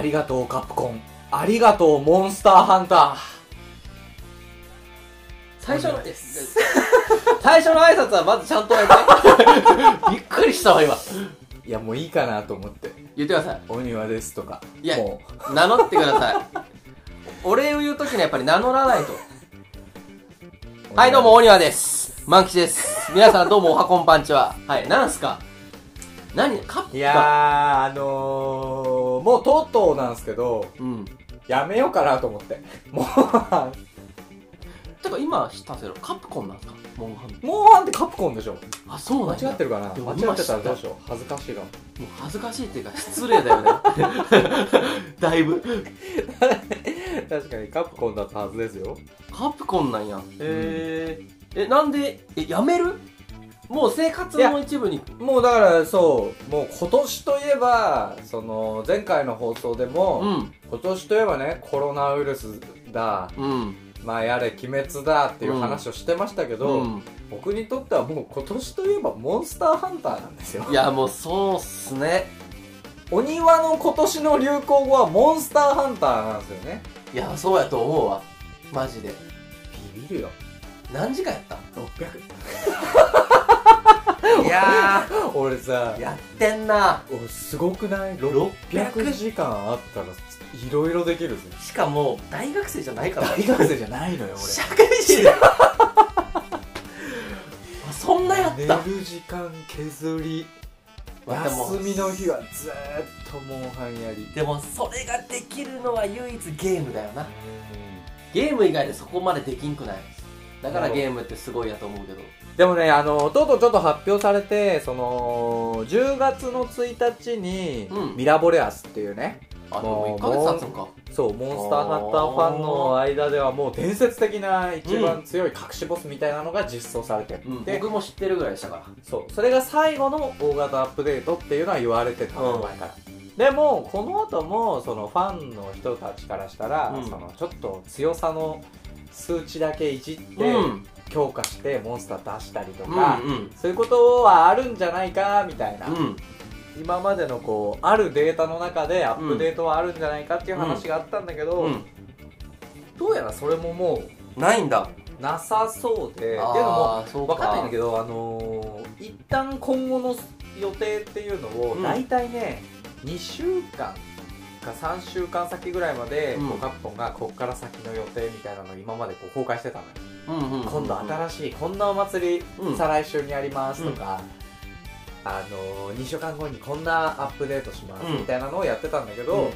りがとうカプコン、ありがとうモンスターハンター。 最初の最初の挨拶はまずちゃんとやってびっくりしたわ今。 いやもういいかなと思って。 言ってください。 お庭ですとか。 いやも名乗ってください。お礼を言うときにはやっぱり名乗らないと。はい、どうも、お庭です。万吉です。皆さんどうも、おはこんぱんちは。はい、なんすか何カップか。 いやー、もうとうとうなんですけど、 うん。 やめようかなと思って。もてか、今知ったんですけど、カプコンなんですかモンハン。 う、モンハンってカプコンでしょ。 あ、そうなんだ。 間違ってるかな。 でも間違ってたらどうしよう。恥ずかしいが。 もう恥ずかしいっていうか、失礼だよね。だいぶ。 確かにカプコンだったはずですよ。 カプコンなんや。なんで、やめるもう生活の一部に。 もうだからそう、もう今年といえば、その前回の放送でも、今年といえばね、コロナウイルスだ、まあやれ鬼滅だっていう話をしてましたけど、僕にとってはもう今年といえばモンスターハンターなんですよ。 いやもうそうっすね。 お庭の今年の流行語はモンスターハンターなんですよね。 いやそうやと思うわマジで。 ビビるよ。 何時間やった 600 いやー俺さやってんな。 俺すごくない ?600 時間あったらいろいろできるぜ。 しかも大学生じゃないから。 大学生じゃないのよ俺。 社会人だよ。そんなやった。 寝る時間削り、休みの日はずーっとモンハンやり。 でもそれができるのは唯一ゲームだよな。ゲーム以外でそこまでできんくない。だからゲームってすごいやと思うけど。 でもね、とうとうちょっと発表されて、その10月の1日に、ミラボレアスっていうね、 もう1ヶ月経つのか。 そう、モンスターハンターファンの間ではもう伝説的な一番強い隠しボスみたいなのが実装されてて、 僕も知ってるぐらいでしたから。 そう、それが最後の大型アップデートっていうのは言われてたの、前から。でもこの後もそのファンの人たちからしたら、そのちょっと強さの数値だけいじって、強化してモンスター出したりとか、そういうことはあるんじゃないかみたいな、今までのこうあるデータの中でアップデートはあるんじゃないかっていう話があったんだけど、どうやらそれももうないんだ。 なさそうで、っていうのも分かんないんだけど、一旦今後の予定っていうのを大体ね、2週間か3週間先ぐらいまでカプコンがこっから先の予定みたいなのを今までこう公開してたのよ。今度新しいこんなお祭り再来週にやりますとか、2週間後にこんなアップデートしますみたいなのをやってたんだけど、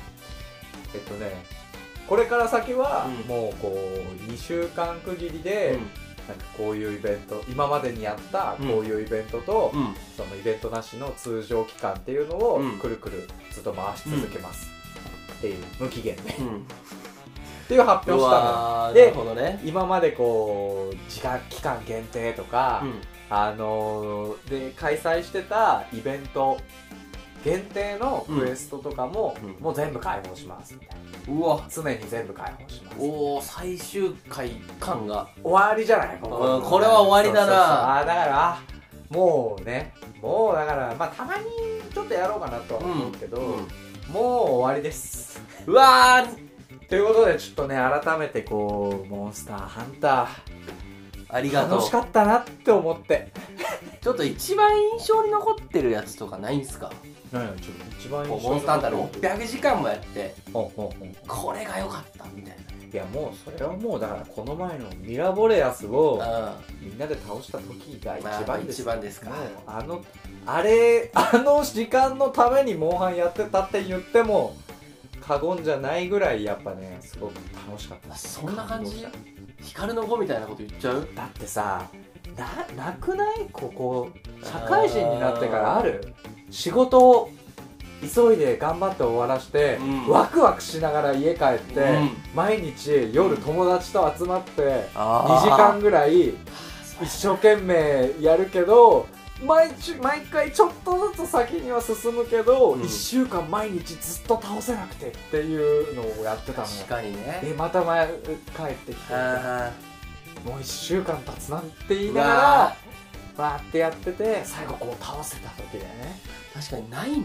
これから先はもうこう2週間区切りでなんかこういうイベント、今までにやったこういうイベントと、そのイベントなしの通常期間っていうのをくるくるずっと回し続けますっていう無期限でっていう発表したので、今までこう期間限定とか、で開催してたイベント限定のクエストとかも、もう全部開放しますみたいな。 うわ、 常に全部開放します。 おお、最終回感が終わりじゃない。これは終わりだな。 だからもうね、もうだからまあたまにちょっとやろうかなとは思うけど、もう終わりです。 うわー、 ということでちょっとね、改めてこうモンスターハンターありがとう。 楽しかったなって思って。 ちょっと一番印象に残ってるやつとかないんすか。 何や、ちょっと一番印象にモンスターハンター600時間もやってこれが良かったみたいな。 いやもうそれはもうだからこの前のミラボレアスをみんなで倒した時が一番です。 一番ですか。 あの時間のためにモンハンやってたって言っても過言じゃないぐらいやっぱね、すごく楽しかった。 そんな感じ。光の子みたいなこと言っちゃう。 だってさ、なくない？ここ社会人になってからある？仕事を急いで頑張って終わらして、ワクワクしながら家帰って、毎日夜友達と集まって2時間ぐらい一生懸命やるけど、毎回ちょっとずつ先には進むけど、1週間毎日ずっと倒せなくてっていうのをやってたの。 確かにね。 でまた帰ってきて、もう1週間経つなんて言いながらバーってやってて、最後こう倒せた時だよね。 確かにないね。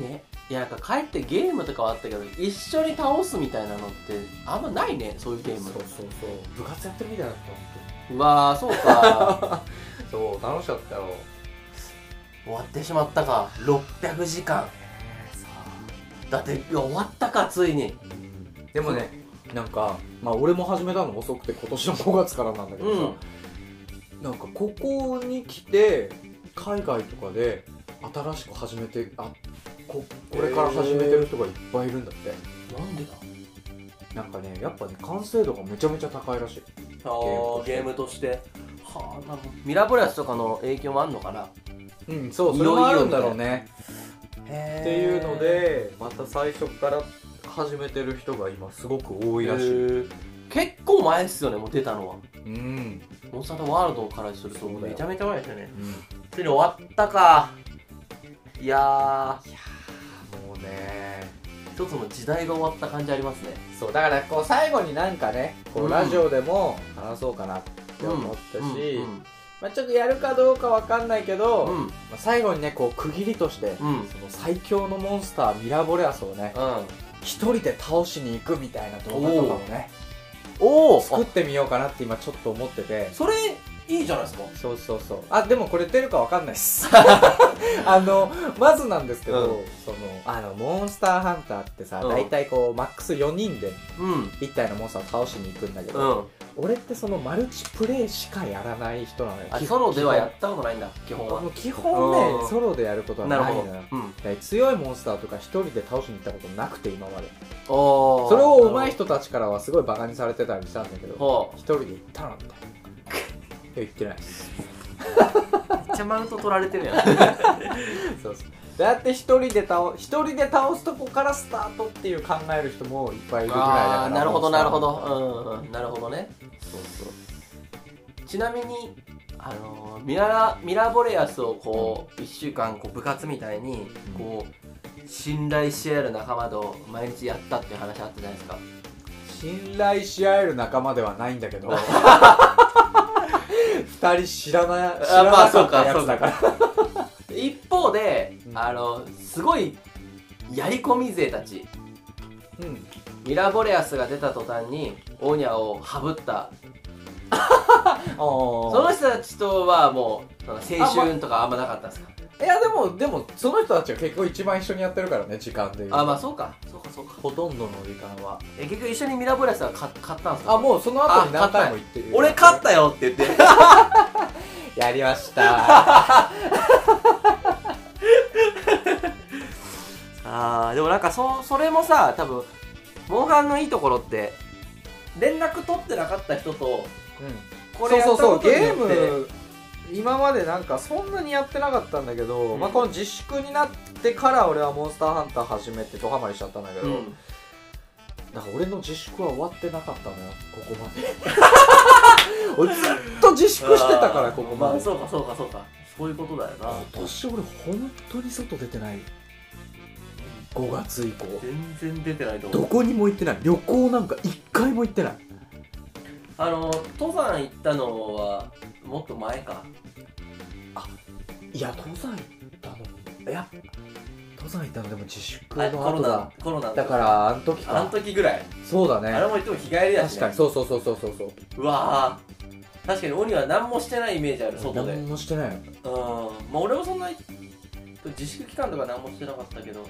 いや、なんか帰ってゲームとかはあったけど、一緒に倒すみたいなのってあんまないね、そういうゲーム。 そう部活やってるみたいだった本うわー、そうか。 当にそう楽しかったよ。 終わってしまったか。600時間。だって終わったか、ついに。 でもね、なんかまあ俺も始めたの遅くて今年の5月からなんだけどさ、なんかここに来て海外とかで新しく始めてこれから始めてる人がいっぱいいるんだって。 なんでだ。 なんかねやっぱね完成度がめちゃめちゃ高いらしい。 ゲームとして。はあ、なるほど。ミラボラスとかの影響もあんのかな。 そうそれもあるんだろうね。 へーっていうのでまた最初から始めてる人が今すごく多いらしい。 結構前っすよね、もう出たのは。モンスターワールドからするとめちゃめちゃ前ですよね。ついに終わったか。いやもうね一つの時代が終わった感じありますね。 そうだからこう最後になんかねこうラジオでも話そうかなって思ったし、まあちょっとやるかどうかわかんないけど、まあ最後にねこう区切りとして、その最強のモンスターミラボレアスをね一人で倒しに行くみたいな動画とかもね作ってみようかなって今ちょっと思ってて。 それいいじゃないですか。 そうでもこれ出るかわかんないっす。まずなんですけど、モンスターハンターってさ、大体こうマックス4人で1体のモンスターを倒しに行くんだけど、俺ってそのマルチプレイしかやらない人なのよ。 ソロではやったことないんだ、基本は。 基本ねソロでやることはないのよ。強いモンスターとか1人で倒しに行ったことなくて今まで。それを上手い人たちからはすごいバカにされてたりしたんだけど、1人で行ったのみたいな。言ってないです。 めっちゃマウント取られてるやん。 そうだって一人で倒すとこからスタートっていう考える人もいっぱいいるぐらいだから。 なるほどなるほど。なるほどね。ちなみにミラボレアスをこう1週間こう部活みたいにこう信頼し合える仲間と毎日やったっていう話あったじゃないですか。 信頼し合える仲間ではないんだけど。2人知らなかったやつだから。 一方で、すごいやり込み勢たち、ミラボレアスが出た途端にオーニャをハブったその人たちとはもう青春とかあんまなかったんですか。 いやでもその人たちが結構一番一緒にやってるからね、時間でいうと。 まあそうかほとんどの時間は結局一緒にミラボレアスは買ったんですか。 もうその後に何回も行ってる。 俺勝ったよって言ってやりましたでもなんかそれもさ、多分モンハンのいいところって連絡取ってなかった人とこれやったことによって、 ゲーム今までなんかそんなにやってなかったんだけど、この自粛になってから俺はモンスターハンター始めてドハマりしちゃったんだけど、だから俺の自粛は終わってなかったのよ、ここまで。俺ずっと自粛してたからここまで。 そうかそういうことだよな。 今年俺本当に外出てない。5月以降全然出てないと思う。 どこにも行ってない。旅行なんか1回も行ってない。 登山行ったのはもっと前か。 いや登山行ったのでも自粛の後だ。 コロナだからあの時か。 あの時ぐらい。 そうだね。 あれも言っても日帰りだしね。 確かにそううわー、確かに鬼は何もしてないイメージある。外で何もしてないよ。まあ俺もそんな自粛期間とか何もしてなかったけど、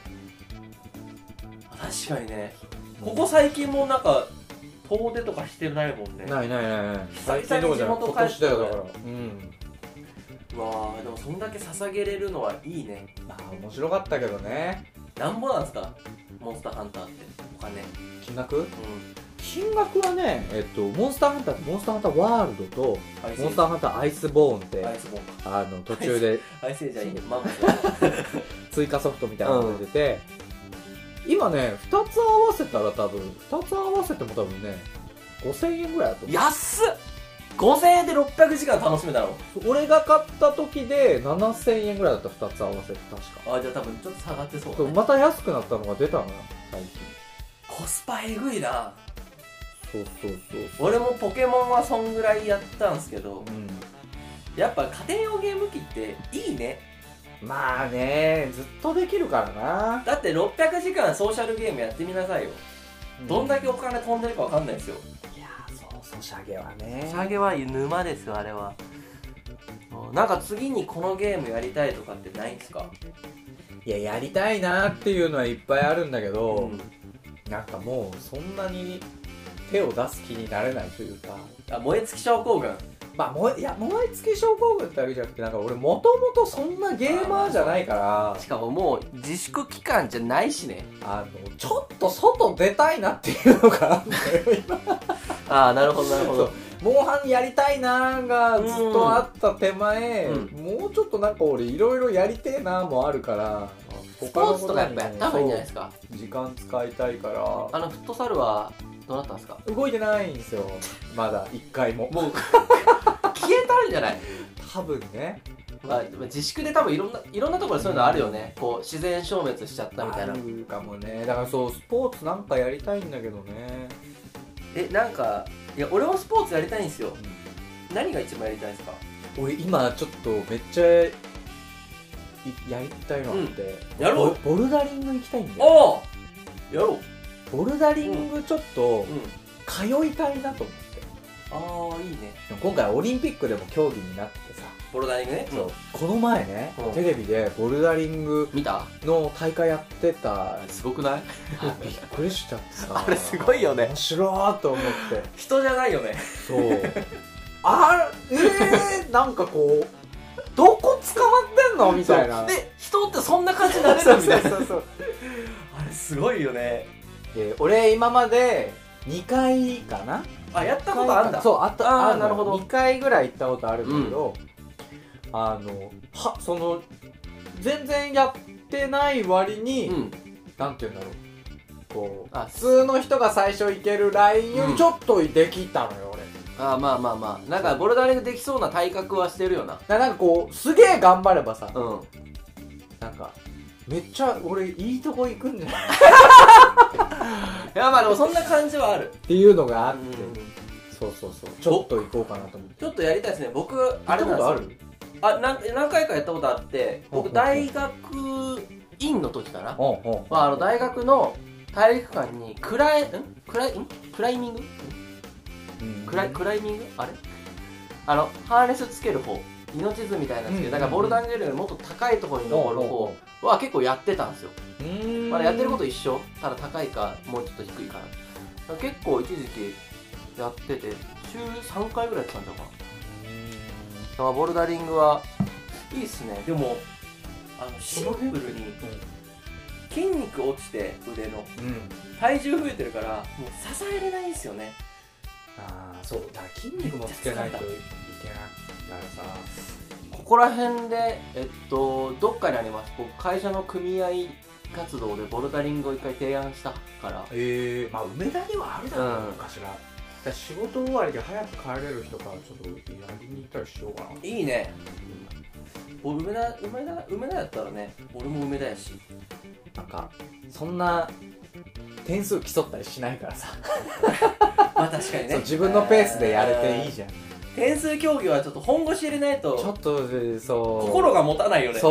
確かにね、ここ最近もなんか遠出とかしてないもんね。 ない最近とかじゃなくて今年だよ。だからうわー、でもそんだけ捧げれるのはいいね。 面白かったけどね。 なんぼなんですかモンスターハンターってお金。 金額はね、モンスターハンターってモンスターハンターワールドとモンスターハンターアイスボーンって途中で追加ソフトみたいなのが出てて、今ね2つ合わせても多分ね5000円ぐらいだと思う。 安っ。5000円で600時間楽しめたの。 俺が買った時で7000円ぐらいだった。2つ合わせて確か。 じゃあ多分ちょっと下がってそうだね。 また安くなったのが出たのよ最近。 コスパえぐいな。 そう俺もポケモンはそんぐらいやったんすけど、やっぱ家庭用ゲーム機っていいね。 まあね、ずっとできるからな。 だって600時間ソーシャルゲームやってみなさいよ、どんだけお金飛んでるか分かんないですよ。 いやそうソシャゲはね、 ソシャゲは沼ですよあれは。なんか次にこのゲームやりたいとかってないんですか？ いや、やりたいなっていうのはいっぱいあるんだけど、なんかもうそんなに手を出す気になれないというか、 燃え尽き症候群。 まあ燃え尽き症候群ってわけじゃなくて、なんか俺もともとそんなゲーマーじゃないから、 しかももう自粛期間じゃないしね。 ちょっと外出たいなっていうのがあるんだよ今。 なるほどなるほど。 モンハンやりたいなーがずっとあった手前、もうちょっとなんか俺いろいろやりてえなーもあるから、 スポーツとかやっぱやった方がいいんじゃないですか。 時間使いたいから。 フットサルはどうなったんですか？ 動いてないんですよ、まだ一回も。 もう消えたんじゃない？ 多分ね。 自粛で多分いろんなところでそういうのあるよね、こう自然消滅しちゃったみたいな。 あるかもね。だからそう、スポーツなんかやりたいんだけどね。 なんかいや俺もスポーツやりたいんですよ、何が一番やりたいですか？ 俺今ちょっとめっちゃやりたいのあって、 やろう。 ボルダリング行きたいんだよ。 やろう。 ボルダリングちょっと通いたいなと思って。 いいね。 今回オリンピックでも競技になってさ、 ボルダリングね。 そうこの前ね、テレビでボルダリング見たの大会やってた。 すごくない？ びっくりしちゃってさあれすごいよね。 面白ーと思って。 人じゃないよね。 そうなんかこうどこ捕まってんのみたいな。 で人ってそんな感じになれるみたいな。 そうあれすごいよね。 俺今まで2回かな。 やったことあるんだ。 そうあった。 なるほど。 2回ぐらい行ったことあるんだけど、その全然やってない割に、なんて言うんだろう、こう普通の人が最初行けるラインよりちょっとできたのよ俺。 まあなんかボルダリングできそうな体格はしてるよな。 なんかこうすげえ頑張ればさ、なんかめっちゃ俺いいとこ行くんじゃないいやでもそんな感じはあるっていうのがあって、そうちょっと行こうかなと思って。 ちょっとやりたいですね。僕あれなんですよ。 何回かやったことあって、僕大学院の時かな、大学の体育館にクライミングクライミングハーネスつける方、命綱みたいなんですけど、だからボルダリングよりもっと高いところに登る方は結構やってたんですよ。やってること一緒、ただ高いかもうちょっと低いかな。結構一時期やってて、週3回ぐらいやってたんじゃないかな。ボルダリングはいいっすね。でもシンプルに筋肉落ちて腕の体重増えてるからもう支えれないんですよね。 そうだから筋肉もつけないといけないからさ。 ここら辺でどっかにあります。僕会社の組合活動でボルダリングを一回提案したから。 梅田にはあるだろうかしら。仕事終わりで早く帰れる人からちょっとやりに行ったりしようかな。 いいね。梅田やったらね、俺も梅田やし、 なんかそんな点数競ったりしないからさ確かにね、 自分のペースでやれていいじゃん。 点数競技はちょっと本腰入れないとちょっと心が持たないよね。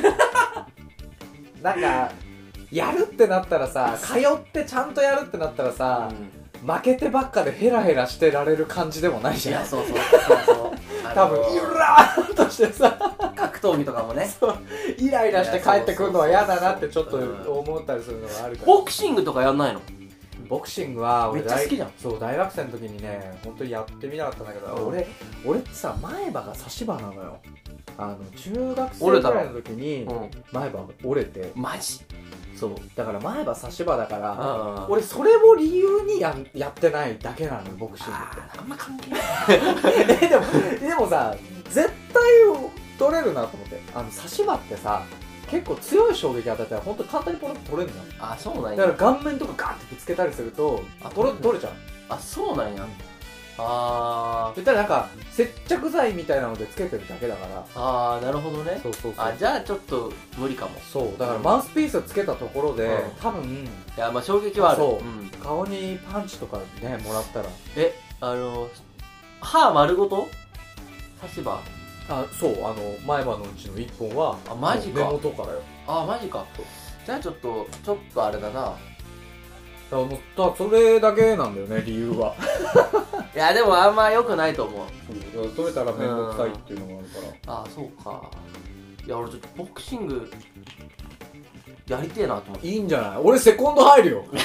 なんかやるってなったらさ、通ってちゃんとやるってなったらさ、負けてばっかでヘラヘラしてられる感じでもないじゃん。いやそう多分イラーっとしてさ、 格闘技とかもね、 イライラして帰ってくるのは嫌だなってちょっと思ったりするのがあるから。 ボクシングとかやんないの？ ボクシングはめっちゃ好きじゃん。 そう、大学生の時にね、本当にやってみなかったんだけど、俺ってさ、前歯が差し歯なのよ。中学生ぐらいの時に前歯折れて。 マジ？ そうだから前歯差し歯だから、俺それを理由にやってないだけなのよ、ボクシングって。 あんま関係ないでもさ、絶対取れるなと思って。差し歯ってさ、結構強い衝撃当たったら本当に簡単にポロッと取れるのよ。 そうなんや。 だから顔面とかガーってぶつけたりすると取れちゃう。 そうなんや。 言ったらなんか接着剤みたいなのでつけてるだけだから。 なるほどね。じゃあちょっと無理かも。そうだからマウスピースつけたところで、多分いや衝撃はある。 顔にパンチとかねもらったら、 歯丸ごと差し歯そう前歯のうちの1本はマジか。 根元からよ。 マジか。じゃあちょっとあれだな。 それだけなんだよね、理由は。 いやでもあんま良くないと思う。 取れたら面倒くさいっていうのがあるから。 そうか。いや俺ちょっとボクシングやりてえなと思って。 いいんじゃない？俺セコンド入るよ。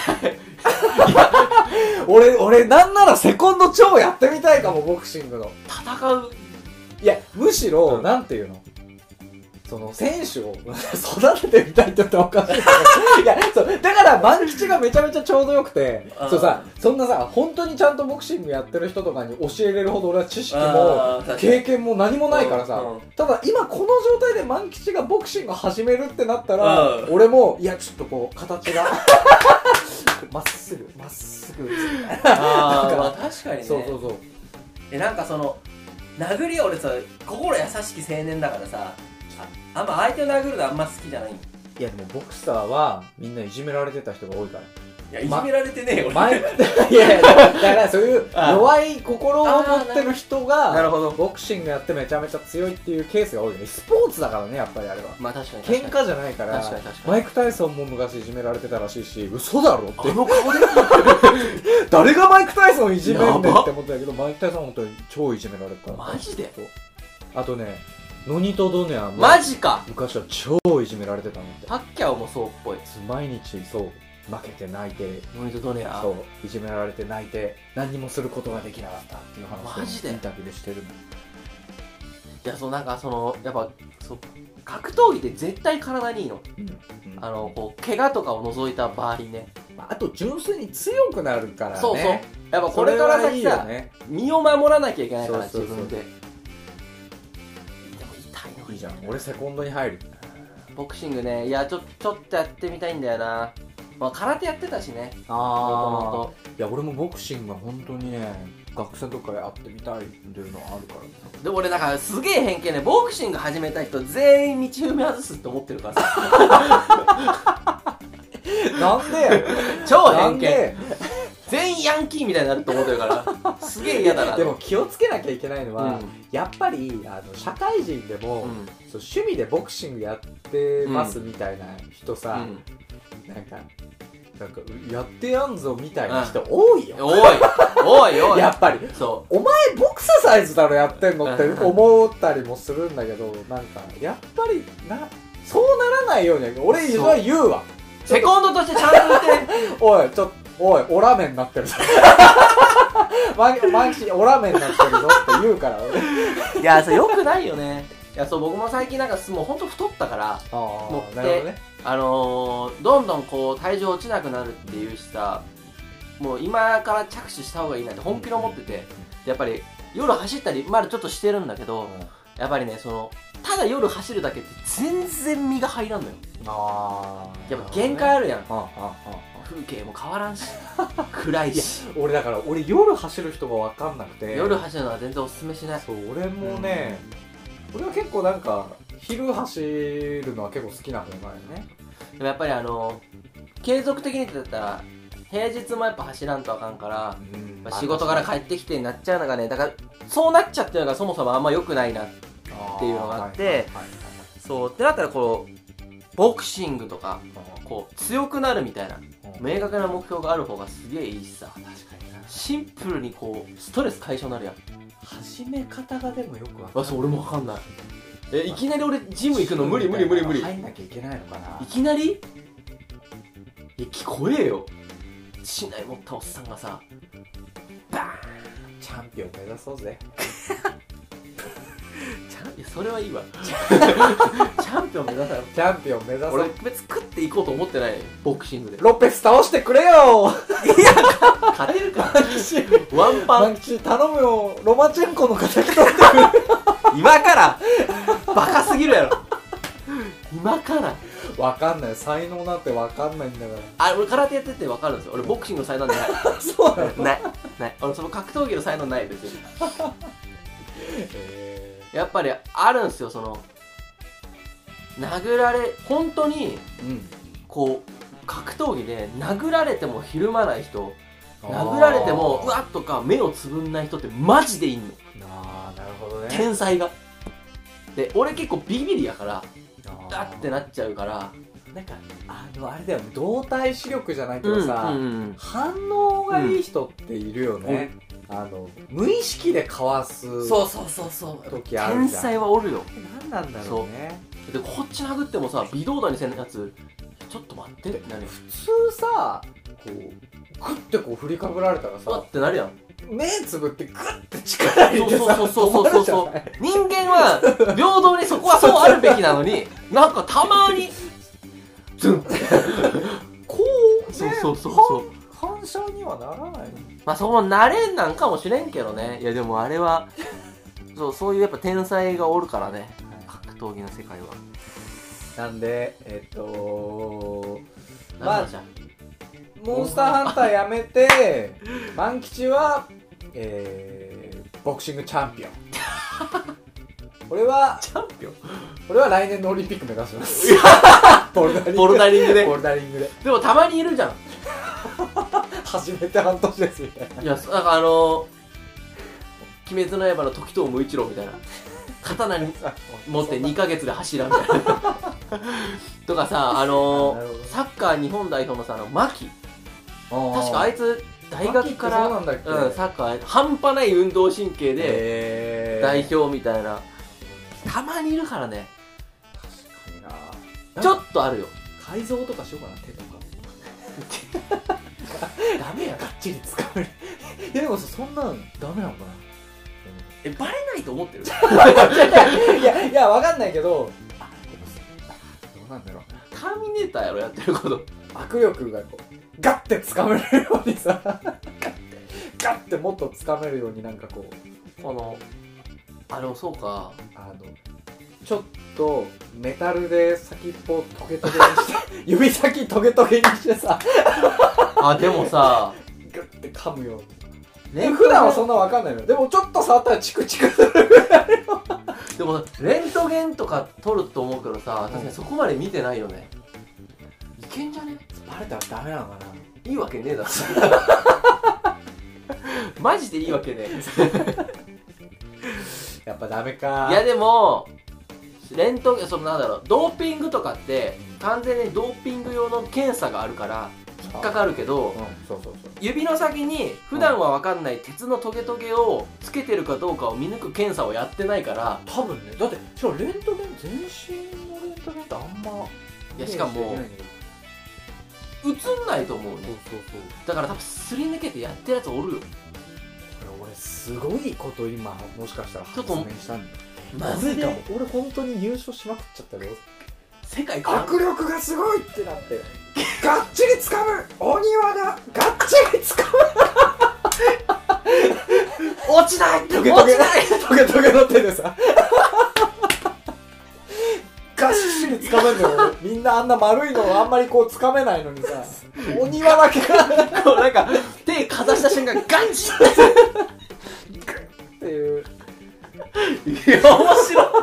俺なんならセコンド超やってみたいかも、ボクシングの。 戦う。 いやむしろ、なんていうの、その選手を育ててみたいって言っておかしいけど、いやそうだから万吉がめちゃめちゃちょうどよくて、そんなさ本当にちゃんとボクシングやってる人とかに教えれるほど俺は知識も経験も何もないからさ、ただ今この状態で万吉がボクシング始めるってなったら、俺もいやちょっとこう形がまっすぐまあ確かにね。 そうなんかその殴り俺さ心優しき青年だからさ、あんま相手を殴るのあんま好きじゃない。 いやでもボクサーはみんないじめられてた人が多いから。 いやいじめられてねえよ。 いやだからそういう弱い心を持ってる人がボクシングやってめちゃめちゃ強いっていうケースが多いね。スポーツだからね、やっぱりあれは。 まあ確かに喧嘩じゃないから。マイク・タイソンも昔いじめられてたらしいし、嘘だろって。 あの顔で誰がマイク・タイソンいじめんねんって思ったけど、マイク・タイソンは本当に超いじめられた。 マジで？ あとね、ノニト・ドネアもマジか。 昔は超いじめられてたのって。 パッキャオもそうっぽい。 毎日そう負けて泣いて、 ノニト・ドネアそういじめられて泣いて何にもすることができなかったっていう話をマジでインタビューでしてるの。 いやそうなんかそのやっぱそう格闘技って絶対体にいいの。こう怪我とかを除いた場合ね。 あと純粋に強くなるからね。 そうやっぱこれから先さ、身を守らなきゃいけないから自分で。でも痛いの。 いいじゃん。俺セコンドに入る。 ボクシングね、いやちょっとやってみたいんだよな。まあ空手やってたしね。 いや俺もボクシングは本当にね、学生の時からやってみたいっていうのはあるから。 でも俺なんかすげえ偏見ね、ボクシング始めた人全員道踏み外すって思ってるからさ。 なんで超偏見。全員ヤンキーみたいになると思ってるからすげえ嫌だな。 でも気をつけなきゃいけないのは、やっぱり社会人でも、そう趣味でボクシングやってますみたいな人さ、なんかやってやんぞみたいな人多いよ。多いやっぱり。そうお前ボクササイズだろやってんのって思ったりもするんだけど、なんかやっぱりそうならないように俺は言うわ。 セコンドとしてちゃんと言っておいオラメンになってるぞ。マンキオラメンになってるぞって言うから俺。 いやそれよくないよね。いやそう僕も最近なんかもうほんと太ったから乗って、なるほどね。どんどんこう体重落ちなくなるっていうしさ、もう今から着手した方がいいなって本気で思ってて、やっぱり夜走ったりまだちょっとしてるんだけど、やっぱりねそのただ夜走るだけって全然身が入らんのよ。やっぱ限界あるやん。風景も変わらんし暗いし。 俺だから夜走る人が分かんなくて、 夜走るのは全然おすすめしない。 そう俺もね、俺は結構なんか昼走るのは結構好きな方がね。 でもやっぱり継続的にってだったら平日もやっぱ走らんとあかんから、仕事から帰ってきてになっちゃうのがね、だからそうなっちゃってるのがそもそもあんま良くないなっていうのがあって、そうってなったらこうボクシングとかこう強くなるみたいな明確な目標がある方がすげえいいしさ。確かにな。シンプルにこうストレス解消になるやん。 始め方がでもよくわかんない。 そう俺もわかんない。いきなり俺ジム行くの無理。 入んなきゃいけないのかな。 いきなり聞こえよ。市内持ったおっさんがさバーンチャンピオン目指そうぜ。 いやそれはいいわ。チャンピオン目指さよ。 チャンピオン目指そう。 俺別に食っていこうと思ってないボクシングで。 ロペス倒してくれよ。 いや勝てるか。ワンパン頼むよ。ロマチェンコの敵取ってくれ。 今からバカすぎるやろ。今からわかんない。才能なんてわかんないんだから。 俺空手やっててわかるんですよ。俺ボクシングの才能ない。 そうなの。 ない俺その格闘技の才能ない別に。やっぱりあるんですよ。その殴られ本当に、こう格闘技で殴られてもひるまない人、殴られてもうわっとか目をつぶんない人ってマジでいんの。 なるほどね。 天才がで俺結構ビビリやからあってなっちゃうから、 なんかあれだよね、動体視力じゃないけどさ、反応がいい人っているよね、無意識でかわす時あるじゃん。 天才はおるよ。 何なんだろうね。 でこっち殴ってもさ、微動だにせんやつちょっと待ってってなる。 普通さ、こうグッてこう振りかぶられたらさ、 わってなるやん。 目つぶってグッて力入れてさ、 そう人間は平等にそこはそうあるべきなのに、なんかたまにズンこう、 そう反射にはならないの。 まあそうなれんなんかもしれんけどね。いやでもあれはそういうやっぱ天才がおるからね、格闘技の世界は。 なんでまあじゃモンスターハンターやめて万吉はボクシングチャンピオン。俺はチャンピオン。 俺は来年のオリンピック目指します。ボルダリングで。 でもたまにいるじゃん。 始めて半年ですみたいな。 いや、なんか鬼滅の刃の時藤無一郎みたいな。刀に持って2ヶ月で走らんみたいな。とかさ、サッカー日本代表のさ、牧。確かあいつ、大学から、サッカー、半端ない運動神経で、代表みたいな。たまにいるからね。 確かにな。 ちょっとあるよ。 改造とかしようかな、手とか。ダメや、がっちり掴める。いやでもさ、そんなんダメなのかな。 バレないと思ってる？ いや、わかんないけど、どうなんだろう。 ターミネーターやろ、やってること。 握力がこう、ガッて掴めるようにさ、ガッてもっと掴めるようになんかこう、 でもそうか。 ちょっとメタルで先っぽトゲトゲにして指先トゲトゲにしてさでもさグッて噛むように、普段はそんなわかんないのよ。でもちょっと触ったらチクチクするぐらいの。 でもレントゲンとか撮ると思うけどさ、確かにそこまで見てないよね。いけんじゃね？ バレたらダメなのかな。 いいわけねえだろ。マジでいいわけねえ。 やっぱダメか。 いやでもレントゲン、なんだろう、ドーピングとかって完全にドーピング用の検査があるから引っかかるけど、指の先に普段は分かんない鉄のトゲトゲをつけてるかどうかを見抜く検査をやってないから。 多分ね、だってしかもレントゲン、全身のレントゲンってあんま、 いやしかも映んないと思うね。だから多分すり抜けてやってるやつおるよ。 俺すごいこと今もしかしたら発明したんだよ。 マジで俺本当に優勝しまくっちゃったよ。 世界握力がすごいってなってがっちり掴む鬼はがっちり掴む落ちないトゲトゲの手でさがっしり掴めんのよ。みんなあんな丸いのをあんまりこう掴めないのにさ、鬼はだけがこうなんか手かざした瞬間ガンチっていう。 いや面白い。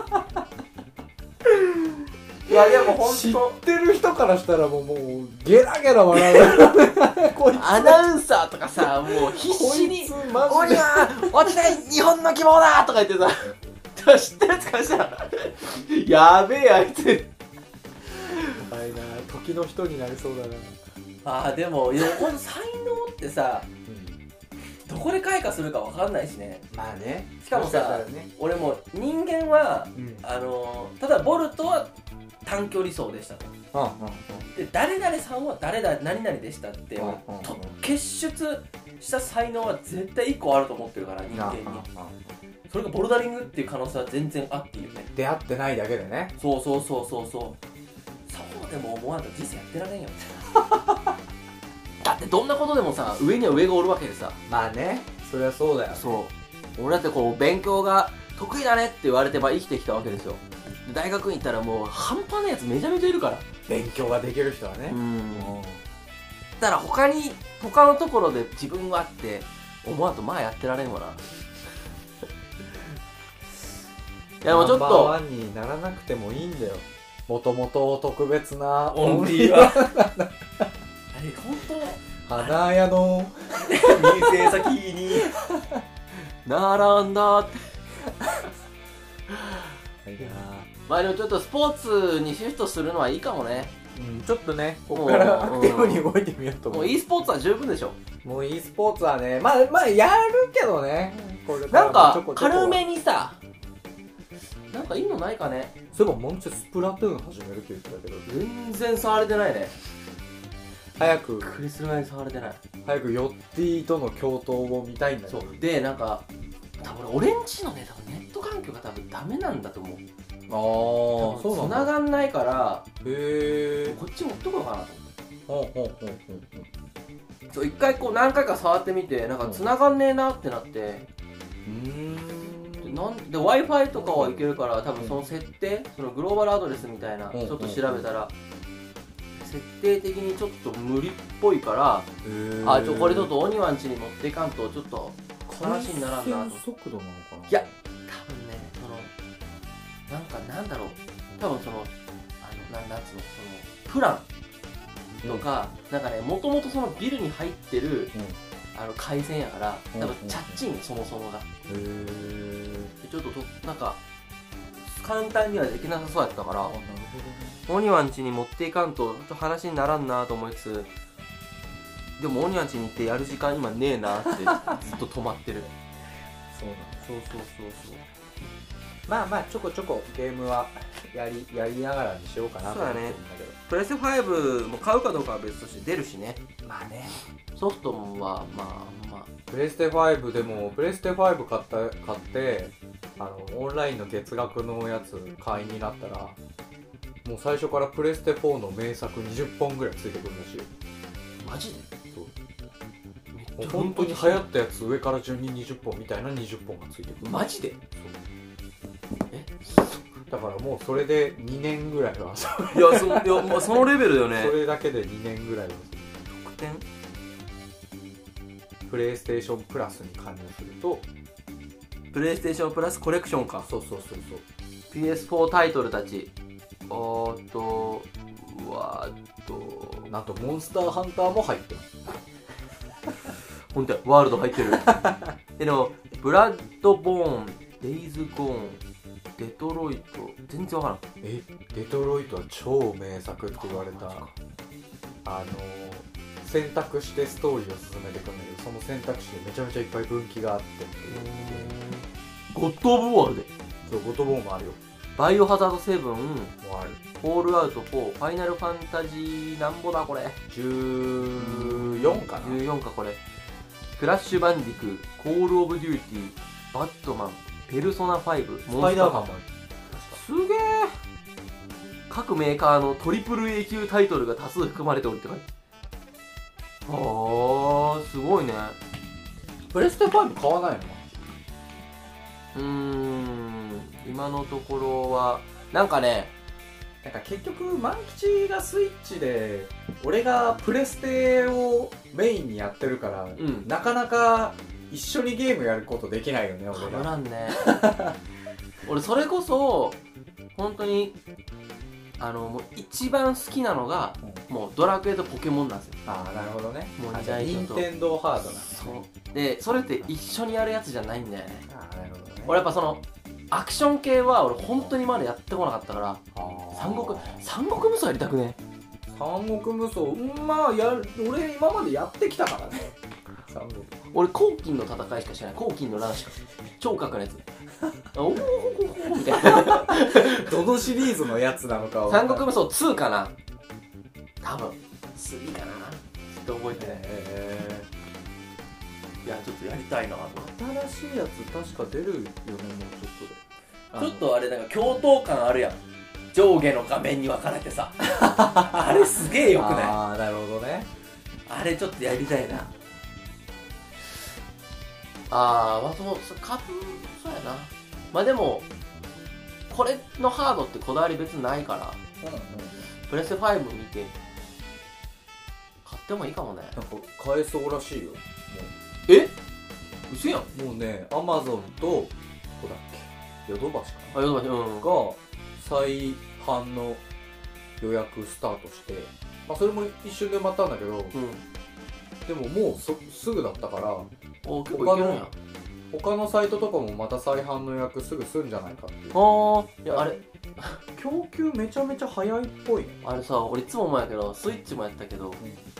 いやでも本当知ってる人からしたらもうゲラゲラ笑う。こいつアナウンサーとかさ、もう必死に「鬼は落ちない日本の希望だ!」とか言ってさ、知ってるやつからしたらやべえあいつ。 やばいな、時の人になりそうだな。 でもこの才能ってさ、どこで開花するか分かんないしね。 まあね。 しかもさ、俺も人間は、例えばボルトは短距離走でしたと。で誰々さんは何々でしたって結出した才能は絶対1個あると思ってるから、人間に。それがボルダリングっていう可能性は全然あっていいよね。 出会ってないだけでね。 そうでも思わんと人生やってられんよ。だってどんなことでもさ、上には上がおるわけでさ。 まあね、そりゃそうだよ。 俺だってこう勉強が得意だねって言われて生きてきたわけですよ。大学に行ったらもう半端なやつめちゃめちゃいるから、 勉強ができる人はね。 だから他のところで自分はあって思わんとやってられんわな。いやもうちょっとナンバーワンにならなくてもいいんだよ。もともと特別なオンリーはあれ本当花屋の店先に並んだってまあでもちょっとスポーツにシフトするのはいいかもね。 ちょっとねここからアクティブに動いてみようと思う。 もう e スポーツは十分でしょ。 もう e スポーツはねまあやるけどね、これなんか軽めにさ、なんかいいのないかね。 そういえばもんちゃんスプラトゥーン始めるって言ってたけど全然触れてないね。 早くクリスマス触れてない。 早くヨッティとの共闘を見たいんだよ。 そうでなんか多分俺んちのね多分ネット環境が多分ダメなんだと思う。 ああそうなんだ。 繋がんないからへえ。 こっち持ってこようかなと思って。 ほうほうほうほう。 そう一回こう何回か触ってみてなんか繋がんねえなってなって、なんで Wi-Fi とかはいけるから多分その設定、そのグローバルアドレスみたいなちょっと調べたら設定的にちょっと無理っぽいから、これちょっとオニワン家に持っていかんとちょっと話にならんなと。 速度なのかな。 いや多分ねなんだろう多分そのなんつうのそのプランとか、なんかねもともとそのビルに入ってる、回線やから多分チャッチンそもそもが。ちょっとなんか簡単にはできなさそうやったから、オニワン家に持っていかんとちょっと話にならんなと思いつつ、でもオニワン家に行ってやる時間今ねえなってずっと止まってる。 そうまあちょこちょこゲームはやりながらにしようかなと思ってるんだけど。 プレステ5も買うかどうかは別として出るしね。 まあねソフトはまあプレステ5でもプレステ5買ってオンラインの月額のやつ会員になったらもう最初からプレステ4の名作20本ぐらいついてくるらしいよ。 マジで？ そう本当に流行ったやつ上から順に20本みたいな20本がついてくる。 マジで？ だからもうそれで2年ぐらいはそのレベルだよね。 それだけで2年ぐらいは特典プレイステーションプラスに加入するとプレイステーションプラスコレクションか。 そう PS4 タイトルたちなんとモンスターハンターも入ってますほんとやワールド入ってるでもブラッドボーン、デイズゴーン、デトロイト全然わからん。 デトロイトは超名作って言われた。選択してストーリーを進めていくんだけどその選択肢でめちゃめちゃいっぱい分岐があってゴッド・オブ・ウォールでそうゴッドボーンもあるよ。 バイオハザード7もある。 フォールアウト4、ファイナルファンタジーなんぼだこれ 14かな。 14かこれ。クラッシュバンディク、コールオブデューティー、バットマン、ペルソナ5、 スパイダーマンもある。 すげえ。各メーカーのトリプル A 級タイトルが多数含まれておるって書いてあー、すごいね。 プレステ5買わないの？ 今のところはなんかね、 なんか結局万吉がスイッチで俺がプレステをメインにやってるから、なかなか一緒にゲームやることできないよね俺ら。 かぶらんね俺それこそ本当にもう一番好きなのが、もうドラクエとポケモンなんですよ。 ああなるほどね。 もう任天堂ハードなんですね。でそれって一緒にやるやつじゃないんだよね。 ああなるほどね。 俺やっぱそのアクション系は俺本当にまだやってこなかったから、三国無双やりたくね。 三国無双まあ俺今までやってきたからね俺黄金の戦いしか知らない。黄金の乱しか超角のやつおーみたいなどのシリーズのやつなのかは三国無双2かな多分3かなちょっと覚えてない。いやちょっとやりたいな。 新しいやつ確か出るよねもうちょっとあれなんか共闘感あるやん。上下の画面に分かれてさあれすげえよくない？ ああなるほどね。 あれちょっとやりたいな。そうやな。まあでもこれのハードってこだわり別にないから、プレステ5見て買ってもいいかもね。 なんか買えそうらしいよ。もう嘘やん。 もうねアマゾンとどこだっけヨドバシかなヨドバシが再販の予約スタートして、まあそれも一瞬で埋まったんだけど、でももうすぐだったから結構いけるんや。 他のサイトとかもまた再販の予約すぐするんじゃないかっていう。 いやあれ供給めちゃめちゃ早いっぽいね。 あれさ、俺いつも思うんやけど、スイッチもやったけど、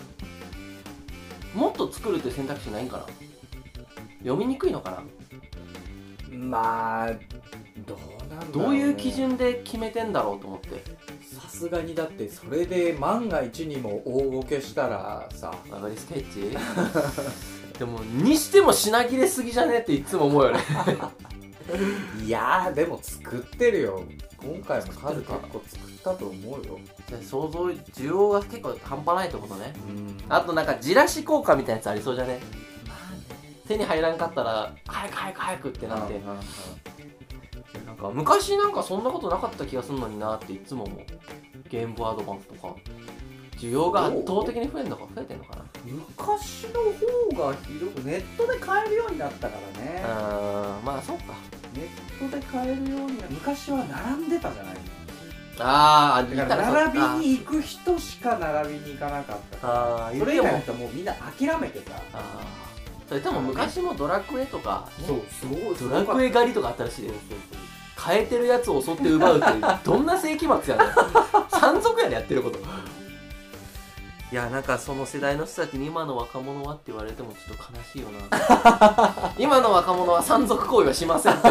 もっと作るって選択肢ないんかな。読みにくいのかな。 まあどうなんだろうね。 どういう基準で決めてんだろうと思って。 さすがにだってそれで万が一にも大ごけしたらさ、 わかりスケッチでもにしても品切れすぎじゃねっていつも思うよねいやーでも作ってるよ。今回も数結構作ったと思うよ。 想像需要が結構半端ないってことね。 うん。 あとなんかじらし効果みたいなやつありそうじゃね。手に入らんかったら早く早く早くってなって、なんか昔なんかそんなことなかった気がするのになっていつも思う。ゲームボーイアドバンスとか需要が圧倒的に増えてんのかな。 昔の方が広くネットで買えるようになったからね。 まあそうか。 ネットで買えるようにな昔は並んでたじゃない。 だから並びに行く人しか並びに行かなかったから、それ以外の人はもうみんな諦めてた。 それ多分昔もドラクエとか、ね、 そうすごいドラクエ狩りとかあったらしいです。変えてるやつを襲って奪うってどんな世紀末やねん山賊やでやってること。いやなんかその世代の人たちに今の若者はって言われてもちょっと悲しいよな今の若者は山賊行為はしませんって悲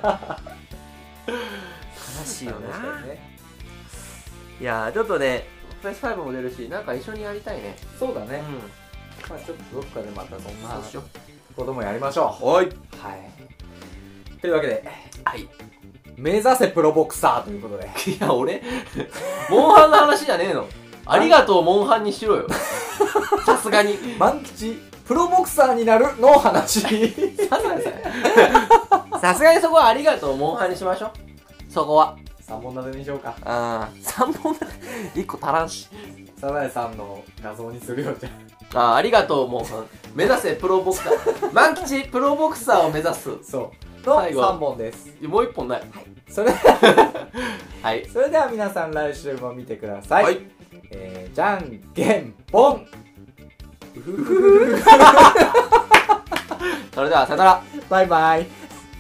しいよな。いやちょっとねプレス5も出るしなんか一緒にやりたいね。 そうだね。まあちょっとどっかでまたそんなそうしようこともやりましょう。 はい。 というわけで、 はい。 目指せプロボクサーということで。 いや、俺、モンハンの話じゃねえの。ありがとう、モンハンにしろよ。さすがに。 万吉、プロボクサーになるの話。 さすがにそこはありがとう、モンハンにしましょう。そこは。 3本立てにしようか。 3本立て。1個足らんし。 サザエさんの画像にするよ、じゃありがとう、モンハン。目指せ、プロボクサー。万吉、プロボクサーを目指す。 そう。の3本です。 もう1本ない。はい。 それはい。 それでは皆さん来週も見てください。 はい。 じゃんけんぽん。 それでは、さよなら。 バイバイ。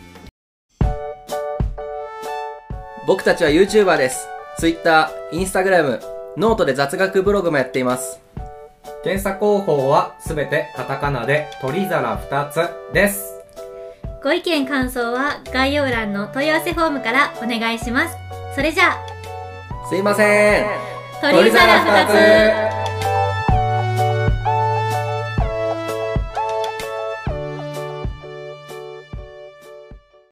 僕たちは YouTuber です。Twitter、Instagram、ノートで雑学ブログもやっています。 検査方法はすべてカタカナで鳥皿2つです。 ご意見感想は概要欄の問い合わせフォームからお願いします。それじゃあ、 すいません。 鳥皿2つ。